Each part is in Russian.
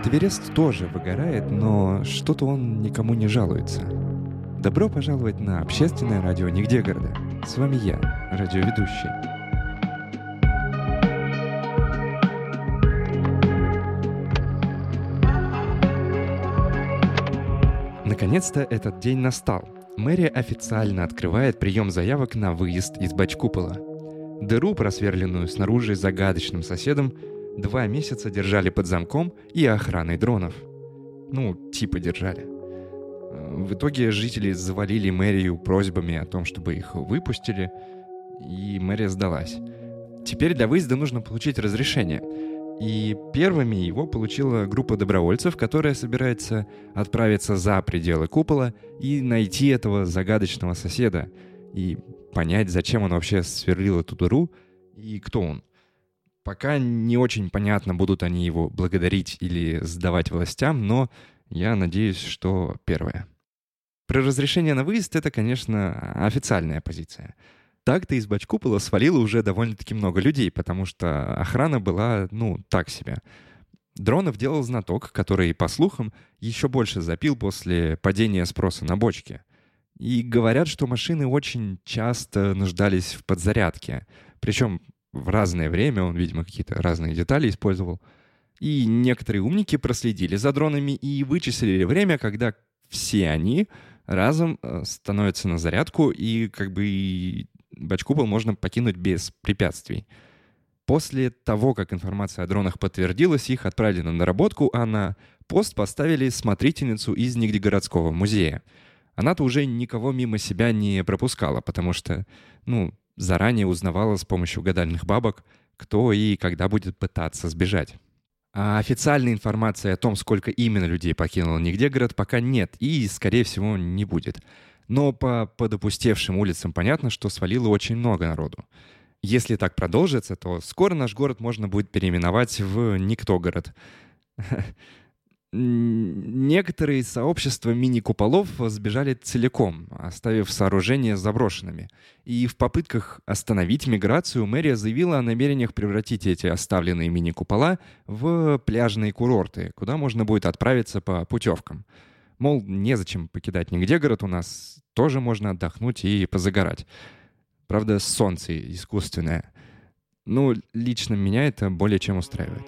Вот Эверест тоже выгорает, но что-то он никому не жалуется. Добро пожаловать на общественное радио «Нигде города». С вами я, радиоведущий. Наконец-то этот день настал. Мэрия официально открывает прием заявок на выезд из Бачкупола. Дыру, просверленную снаружи загадочным соседом, 2 месяца держали под замком и охраной дронов. Типа держали. В итоге жители завалили мэрию просьбами о том, чтобы их выпустили, и мэрия сдалась. Теперь для выезда нужно получить разрешение. И первыми его получила группа добровольцев, которая собирается отправиться за пределы купола и найти этого загадочного соседа, и понять, зачем он вообще сверлил эту дыру и кто он. Пока не очень понятно, будут они его благодарить или сдавать властям, но я надеюсь, что первое. Про разрешение на выезд — это, конечно, официальная позиция. Так-то из Бачкупола свалило уже довольно-таки много людей, потому что охрана была, так себе. Дронов делал знаток, который, по слухам, еще больше запил после падения спроса на бочки. И говорят, что машины очень часто нуждались в подзарядке. Причем в разное время, он, видимо, какие-то разные детали использовал. И некоторые умники проследили за дронами и вычислили время, когда все они разом становятся на зарядку, и и Бачкупол можно покинуть без препятствий. После того, как информация о дронах подтвердилась, их отправили на наработку, а на пост поставили смотрительницу из Нигдегородского музея. Она-то уже никого мимо себя не пропускала, потому что, заранее узнавала с помощью гадальных бабок, кто и когда будет пытаться сбежать. А официальной информации о том, сколько именно людей покинуло Нигдегород, пока нет и, скорее всего, не будет. Но по подопустевшим улицам понятно, что свалило очень много народу. Если так продолжится, то скоро наш город можно будет переименовать в Никтогород. Некоторые сообщества мини-куполов сбежали целиком, оставив сооружения заброшенными. И в попытках остановить миграцию мэрия заявила о намерениях превратить эти оставленные мини-купола в пляжные курорты, куда можно будет отправиться по путевкам. Мол, незачем покидать нигде город, у нас тоже можно отдохнуть и позагорать. Правда, солнце искусственное. Лично меня это более чем устраивает.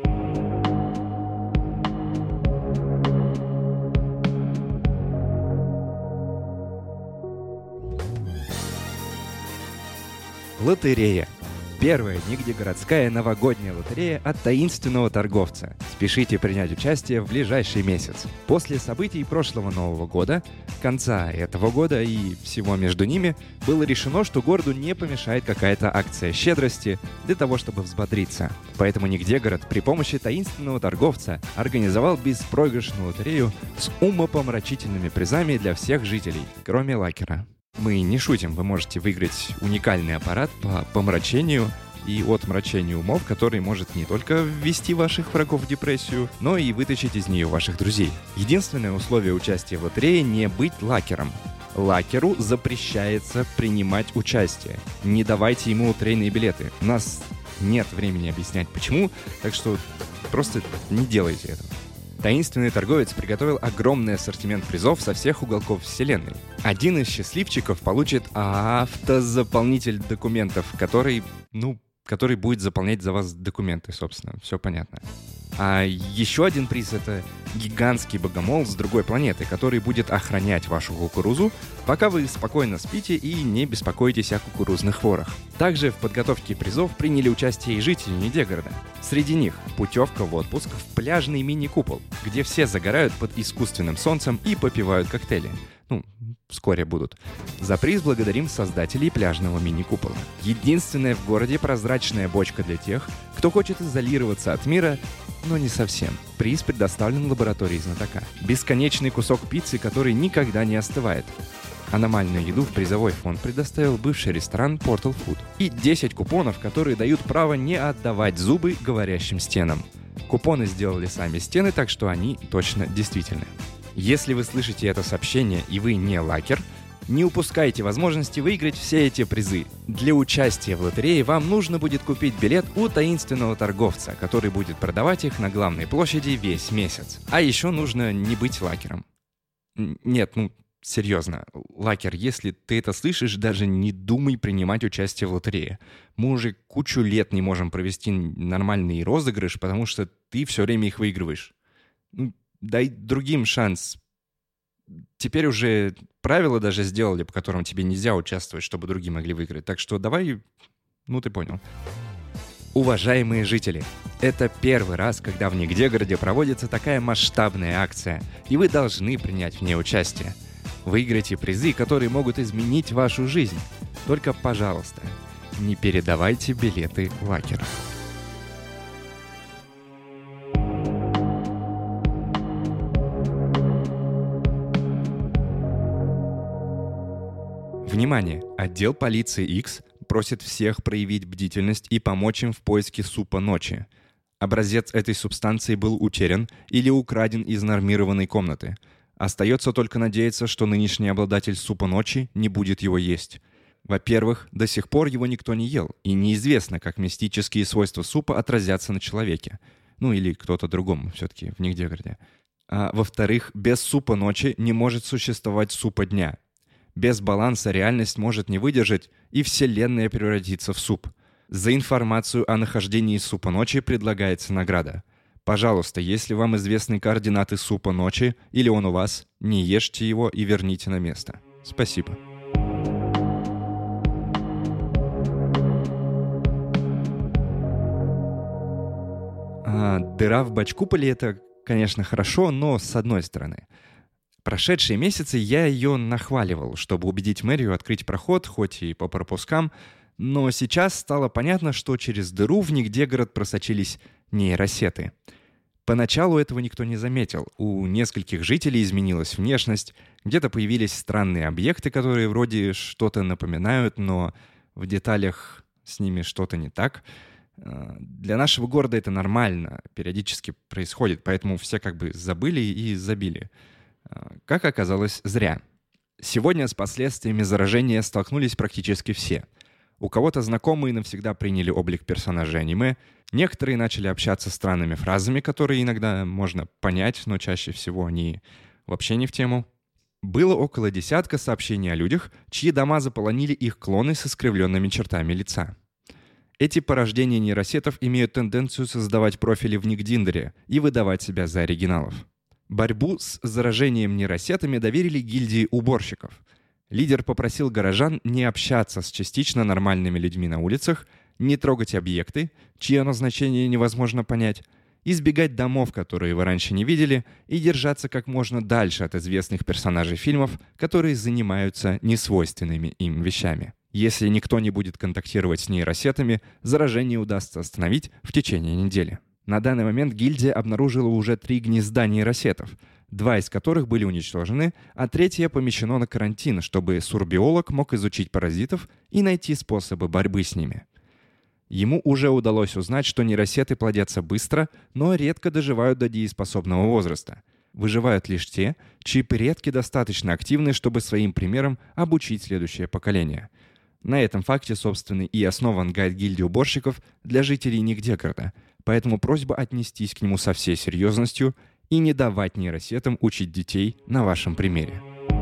Лотерея. Первая нигдегородская новогодняя лотерея от таинственного торговца. Спешите принять участие в ближайший месяц. После событий прошлого Нового года, конца этого года и всего между ними, было решено, что городу не помешает какая-то акция щедрости для того, чтобы взбодриться. Поэтому Нигдегород при помощи таинственного торговца организовал беспроигрышную лотерею с умопомрачительными призами для всех жителей, кроме лакера. Мы не шутим, вы можете выиграть уникальный аппарат по помрачению и отмрачению умов, который может не только ввести ваших врагов в депрессию, но и вытащить из нее ваших друзей. Единственное условие участия в лотерее — не быть лакером. Лакеру запрещается принимать участие. Не давайте ему лотерейные билеты. У нас нет времени объяснять почему, так что просто не делайте этого. Таинственный торговец приготовил огромный ассортимент призов со всех уголков вселенной. Один из счастливчиков получит автозаполнитель документов, который будет заполнять за вас документы, собственно. Все понятно. А еще один приз — это гигантский богомол с другой планеты, который будет охранять вашу кукурузу, пока вы спокойно спите и не беспокоитесь о кукурузных ворах. Также в подготовке призов приняли участие и жители Нигдегорода. Среди них путевка в отпуск в пляжный мини-купол, где все загорают под искусственным солнцем и попивают коктейли. Вскоре будут. За приз благодарим создателей пляжного мини-купола. Единственная в городе прозрачная бочка для тех, кто хочет изолироваться от мира, но не совсем. Приз предоставлен лабораторией знатока. Бесконечный кусок пиццы, который никогда не остывает. Аномальную еду в призовой фонд предоставил бывший ресторан Portal Food. И 10 купонов, которые дают право не отдавать зубы говорящим стенам. Купоны сделали сами стены, так что они точно действительны. Если вы слышите это сообщение и вы не лакер, Не упускайте возможности выиграть все эти призы. Для участия в лотерее вам нужно будет купить билет у таинственного торговца, который будет продавать их на главной площади весь месяц. А еще нужно не быть лакером. Нет, серьезно, лакер, если ты это слышишь, даже не думай принимать участие в лотерее. Мы уже кучу лет не можем провести нормальный розыгрыш, потому что ты все время их выигрываешь. Дай другим шанс. Теперь уже правила даже сделали, по которым тебе нельзя участвовать, чтобы другие могли выиграть. Так что давай, ты понял. Уважаемые жители, это первый раз, когда в Нигдегороде проводится такая масштабная акция, и вы должны принять в ней участие. Выиграйте призы, которые могут изменить вашу жизнь. Только, пожалуйста, не передавайте билеты лакерам. Внимание! Отдел полиции X просит всех проявить бдительность и помочь им в поиске супа ночи. Образец этой субстанции был утерян или украден из нормированной комнаты. Остается только надеяться, что нынешний обладатель супа ночи не будет его есть. Во-первых, до сих пор его никто не ел, и неизвестно, как мистические свойства супа отразятся на человеке. Или кто-то другом все-таки в Нигдегороде. А во-вторых, без супа ночи не может существовать супа дня. Без баланса реальность может не выдержать, и вселенная превратится в суп. За информацию о нахождении супа ночи предлагается награда. Пожалуйста, если вам известны координаты супа ночи или он у вас, не ешьте его и верните на место. Спасибо. Дыра в бачкуполе — это, конечно, хорошо, но с одной стороны. Прошедшие месяцы я ее нахваливал, чтобы убедить мэрию открыть проход, хоть и по пропускам, но сейчас стало понятно, что через дыру в Нигдегород просочились нейросеты. Поначалу этого никто не заметил. У нескольких жителей изменилась внешность, где-то появились странные объекты, которые вроде что-то напоминают, но в деталях с ними что-то не так. Для нашего города это нормально, периодически происходит, поэтому все как бы забыли и забили. Как оказалось, зря. Сегодня с последствиями заражения столкнулись практически все. У кого-то знакомые навсегда приняли облик персонажей аниме, некоторые начали общаться странными фразами, которые иногда можно понять, но чаще всего они вообще не в тему. Было около 10 сообщений о людях, чьи дома заполонили их клоны с искривленными чертами лица. Эти порождения нейросетов имеют тенденцию создавать профили в Нигдиндере и выдавать себя за оригиналов. Борьбу с заражением нейросетами доверили гильдии уборщиков. Лидер попросил горожан не общаться с частично нормальными людьми на улицах, не трогать объекты, чье назначение невозможно понять, избегать домов, которые вы раньше не видели, и держаться как можно дальше от известных персонажей фильмов, которые занимаются несвойственными им вещами. Если никто не будет контактировать с нейросетами, заражение удастся остановить в течение недели. На данный момент гильдия обнаружила уже 3 гнезда нейросетов, 2 из которых были уничтожены, а 3 помещено на карантин, чтобы сурбиолог мог изучить паразитов и найти способы борьбы с ними. Ему уже удалось узнать, что нейросеты плодятся быстро, но редко доживают до дееспособного возраста. Выживают лишь те, чьи предки достаточно активны, чтобы своим примером обучить следующее поколение. На этом факте, собственно, и основан гайд гильдии уборщиков для жителей Нигдегорода, поэтому просьба отнестись к нему со всей серьезностью и не давать нейросетам учить детей на вашем примере.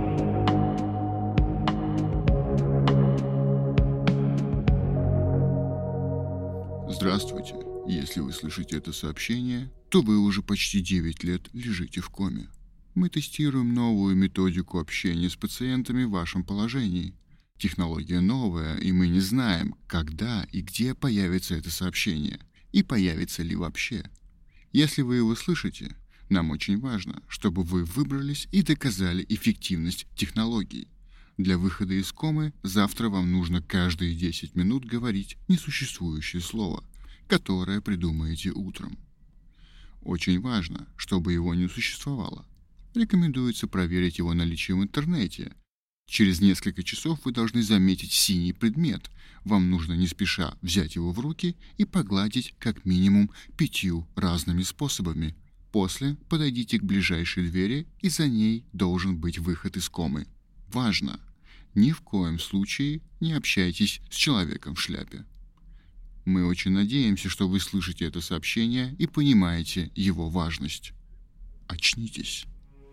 Здравствуйте. Если вы слышите это сообщение, то вы уже почти 9 лет лежите в коме. Мы тестируем новую методику общения с пациентами в вашем положении. Технология новая, и мы не знаем, когда и где появится это сообщение, и появится ли вообще. Если вы его слышите, нам очень важно, чтобы вы выбрались и доказали эффективность технологии. Для выхода из комы завтра вам нужно каждые 10 минут говорить несуществующее слово, которое придумаете утром. Очень важно, чтобы его не существовало. Рекомендуется проверить его наличие в интернете. Через несколько часов вы должны заметить синий предмет. Вам нужно не спеша взять его в руки и погладить как минимум 5 разными способами. После подойдите к ближайшей двери, и за ней должен быть выход из комы. Важно! Ни в коем случае не общайтесь с человеком в шляпе. Мы очень надеемся, что вы слышите это сообщение и понимаете его важность. Очнитесь.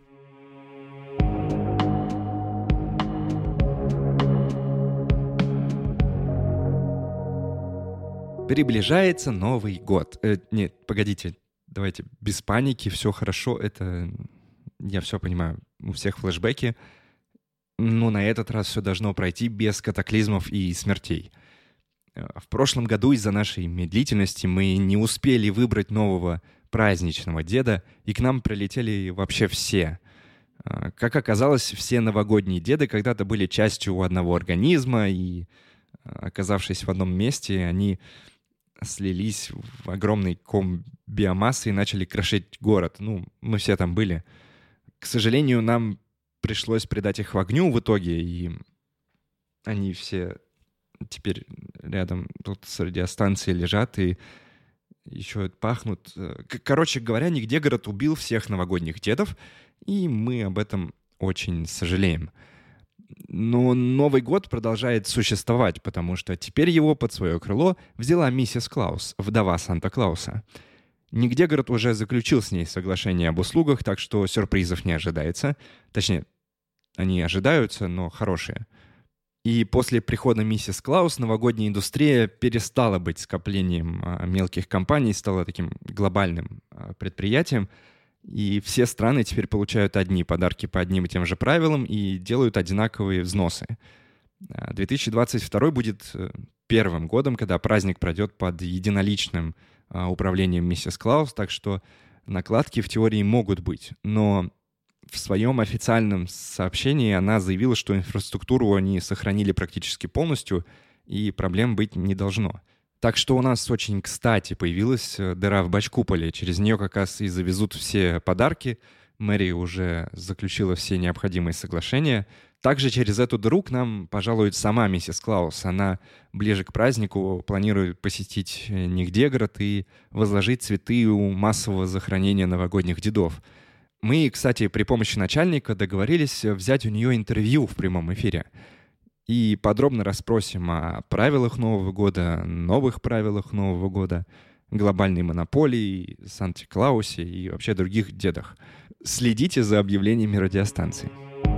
Приближается Новый год. Нет, погодите, давайте без паники, все хорошо, это... Я все понимаю, у всех флешбеки. Но на этот раз все должно пройти без катаклизмов и смертей. В прошлом году из-за нашей медлительности мы не успели выбрать нового праздничного деда, и к нам прилетели вообще все. Как оказалось, все новогодние деды когда-то были частью одного организма, и, оказавшись в одном месте, они слились в огромный ком биомассы и начали крошить город. Ну, мы все там были. К сожалению, нам пришлось предать их в огню в итоге, и они все теперь рядом тут с радиостанцией лежат и еще пахнут. Короче говоря, нигде город убил всех новогодних дедов, и мы об этом очень сожалеем. Но Новый год продолжает существовать, потому что теперь его под свое крыло взяла миссис Клаус, вдова Санта-Клауса. Нигде город уже заключил с ней соглашение об услугах, так что сюрпризов не ожидается. Точнее, они ожидаются, но хорошие. И после прихода миссис Клаус новогодняя индустрия перестала быть скоплением мелких компаний, стала таким глобальным предприятием. И все страны теперь получают одни подарки по одним и тем же правилам и делают одинаковые взносы. 2022 будет первым годом, когда праздник пройдет под единоличным управлением миссис Клаус, так что накладки в теории могут быть. Но в своем официальном сообщении она заявила, что инфраструктуру они сохранили практически полностью, и проблем быть не должно. Так что у нас очень кстати появилась дыра в бачкуполе. Через нее как раз и завезут все подарки. Мэрия уже заключила все необходимые соглашения. Также через эту дыру к нам пожалует сама миссис Клаус. Она ближе к празднику планирует посетить Нигдегород и возложить цветы у массового захоронения новогодних дедов. Мы, кстати, при помощи начальника договорились взять у нее интервью в прямом эфире. И подробно расспросим о правилах Нового года, новых правилах Нового года, глобальной монополии, Санте-Клаусе и вообще других дедах. Следите за объявлениями радиостанции.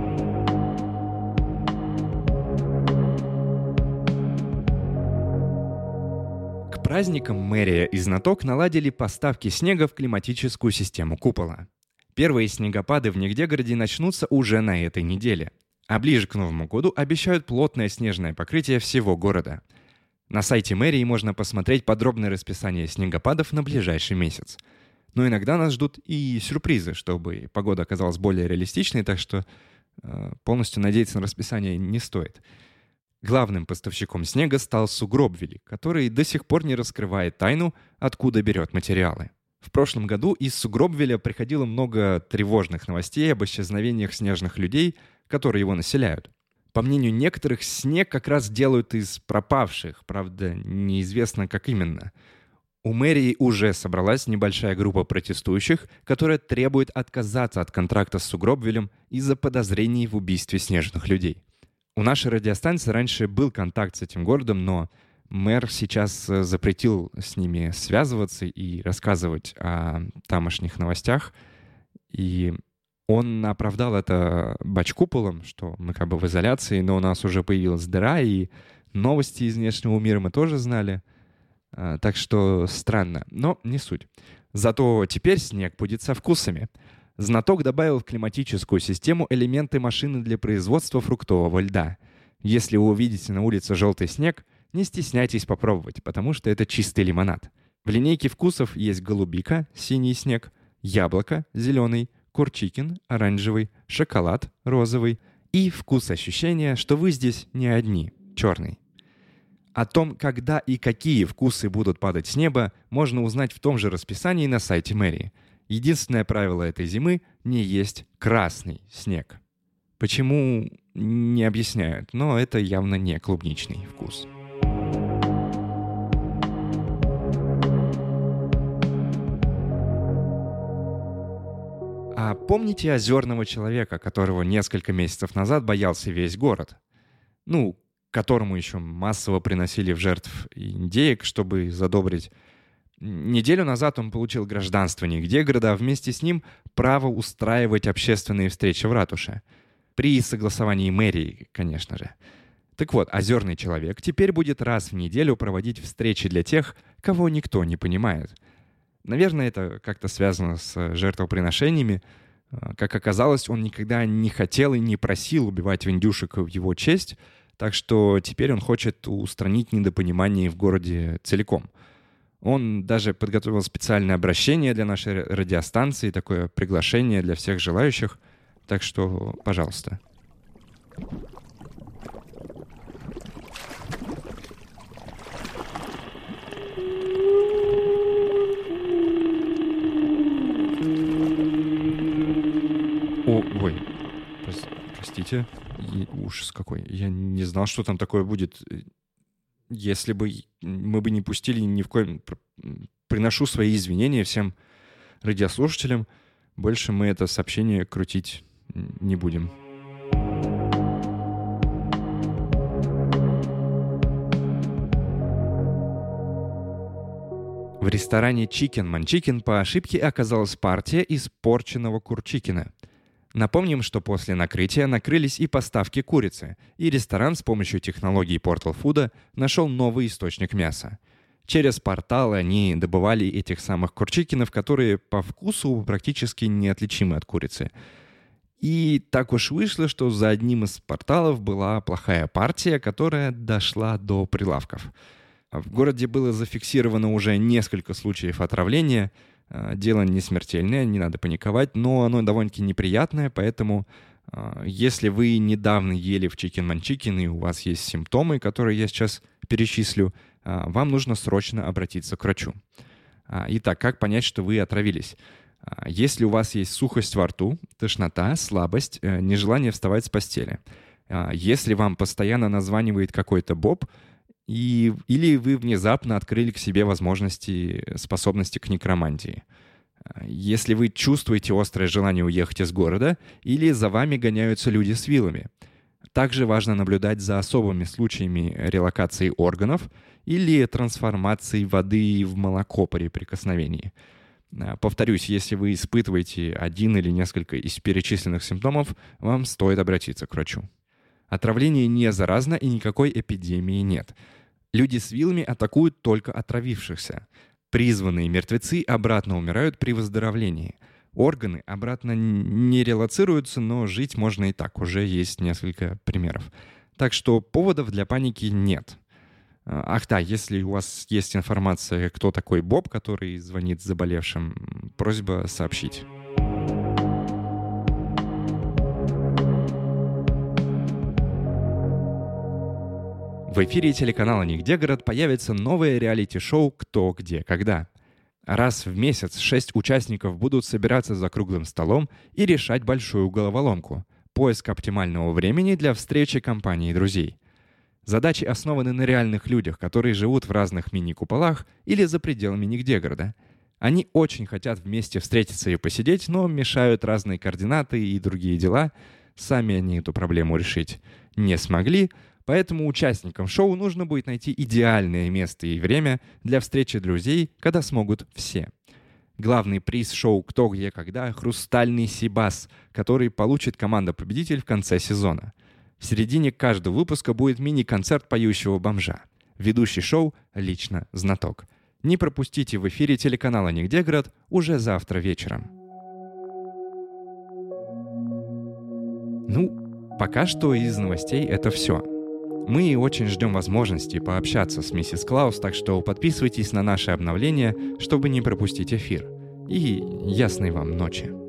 К праздникам мэрия и знаток наладили поставки снега в климатическую систему купола. Первые снегопады в Нигдегороде начнутся уже на этой неделе. А ближе к Новому году обещают плотное снежное покрытие всего города. На сайте мэрии можно посмотреть подробное расписание снегопадов на ближайший месяц. Но иногда нас ждут и сюрпризы, чтобы погода оказалась более реалистичной, так что полностью надеяться на расписание не стоит. Главным поставщиком снега стал Сугробвили, который до сих пор не раскрывает тайну, откуда берет материалы. В прошлом году из Сугробвиля приходило много тревожных новостей об исчезновениях снежных людей, которые его населяют. По мнению некоторых, снег как раз делают из пропавших, правда, неизвестно как именно. У мэрии уже собралась небольшая группа протестующих, которая требует отказаться от контракта с Сугробвилем из-за подозрений в убийстве снежных людей. У нашей радиостанции раньше был контакт с этим городом, но мэр сейчас запретил с ними связываться и рассказывать о тамошних новостях. И он оправдал это бачкуполом, что мы как бы в изоляции, но у нас уже появилась дыра, и новости из внешнего мира мы тоже знали. Так что странно, но не суть. Зато теперь снег будет со вкусами. Знаток добавил в климатическую систему элементы машины для производства фруктового льда. Если вы увидите на улице желтый снег, не стесняйтесь попробовать, потому что это чистый лимонад. В линейке вкусов есть голубика, синий снег, яблоко, зеленый, курчикин, оранжевый, шоколад, розовый и вкус ощущения, что вы здесь не одни, черный. О том, когда и какие вкусы будут падать с неба, можно узнать в том же расписании на сайте мэрии. Единственное правило этой зимы — не есть красный снег. Почему — не объясняют, но это явно не клубничный вкус. А помните озерного человека, которого несколько месяцев назад боялся весь город? которому еще массово приносили в жертв индеек, чтобы задобрить. Неделю назад он получил гражданство Нигдегорода, а вместе с ним право устраивать общественные встречи в ратуше. При согласовании мэрии, конечно же. Так вот, озерный человек теперь будет раз в неделю проводить встречи для тех, кого никто не понимает. Наверное, это как-то связано с жертвоприношениями. Как оказалось, он никогда не хотел и не просил убивать индюшек в его честь, так что теперь он хочет устранить недопонимание в городе целиком. Он даже подготовил специальное обращение для нашей радиостанции, такое приглашение для всех желающих. Так что, пожалуйста. Ой, простите. Ужас какой. Я не знал, что там такое будет. Если бы мы бы не пустили ни в коем... Приношу свои извинения всем радиослушателям. Больше мы это сообщение крутить не будем. В ресторане Chicken Manchicken по ошибке оказалась партия испорченного курчикина. Напомним, что после накрытия накрылись и поставки курицы, и ресторан с помощью технологии Portal Food нашел новый источник мяса. Через порталы они добывали этих самых курчикинов, которые по вкусу практически неотличимы от курицы. И так уж вышло, что за одним из порталов была плохая партия, которая дошла до прилавков. В городе было зафиксировано уже несколько случаев отравления. Дело не смертельное, не надо паниковать, но оно довольно-таки неприятное, поэтому если вы недавно ели в Chicken Manchicken и у вас есть симптомы, которые я сейчас перечислю, вам нужно срочно обратиться к врачу. Итак, как понять, что вы отравились? Если у вас есть сухость во рту, тошнота, слабость, нежелание вставать с постели, если вам постоянно названивает какой-то боб, или вы внезапно открыли к себе способности к некромантии. Если вы чувствуете острое желание уехать из города, или за вами гоняются люди с вилами. Также важно наблюдать за особыми случаями релокации органов или трансформации воды в молоко при прикосновении. Повторюсь, если вы испытываете один или несколько из перечисленных симптомов, вам стоит обратиться к врачу. Отравление не заразно и никакой эпидемии нет. Люди с вилами атакуют только отравившихся. Призванные мертвецы обратно умирают при выздоровлении. Органы обратно не релоцируются, но жить можно и так. Уже есть несколько примеров. Так что поводов для паники нет. Ах да, если у вас есть информация, кто такой Боб, который звонит заболевшим, просьба сообщить. В эфире телеканала «Нигдегород» появится новое реалити-шоу «Кто, где, когда». Раз в месяц 6 участников будут собираться за круглым столом и решать большую головоломку – поиск оптимального времени для встречи компании и друзей. Задачи основаны на реальных людях, которые живут в разных мини-куполах или за пределами Нигдегорода. Они очень хотят вместе встретиться и посидеть, но мешают разные координаты и другие дела. Сами они эту проблему решить не смогли, поэтому участникам шоу нужно будет найти идеальное место и время для встречи друзей, когда смогут все. Главный приз шоу «Кто, где, когда» — хрустальный сибас, который получит команда-победитель в конце сезона. В середине каждого выпуска будет мини-концерт поющего бомжа. Ведущий шоу лично знаток. Не пропустите в эфире телеканала «Нигдегород» уже завтра вечером. Пока что из новостей это все. Мы очень ждем возможности пообщаться с миссис Клаус, так что подписывайтесь на наши обновления, чтобы не пропустить эфир. И ясной вам ночи.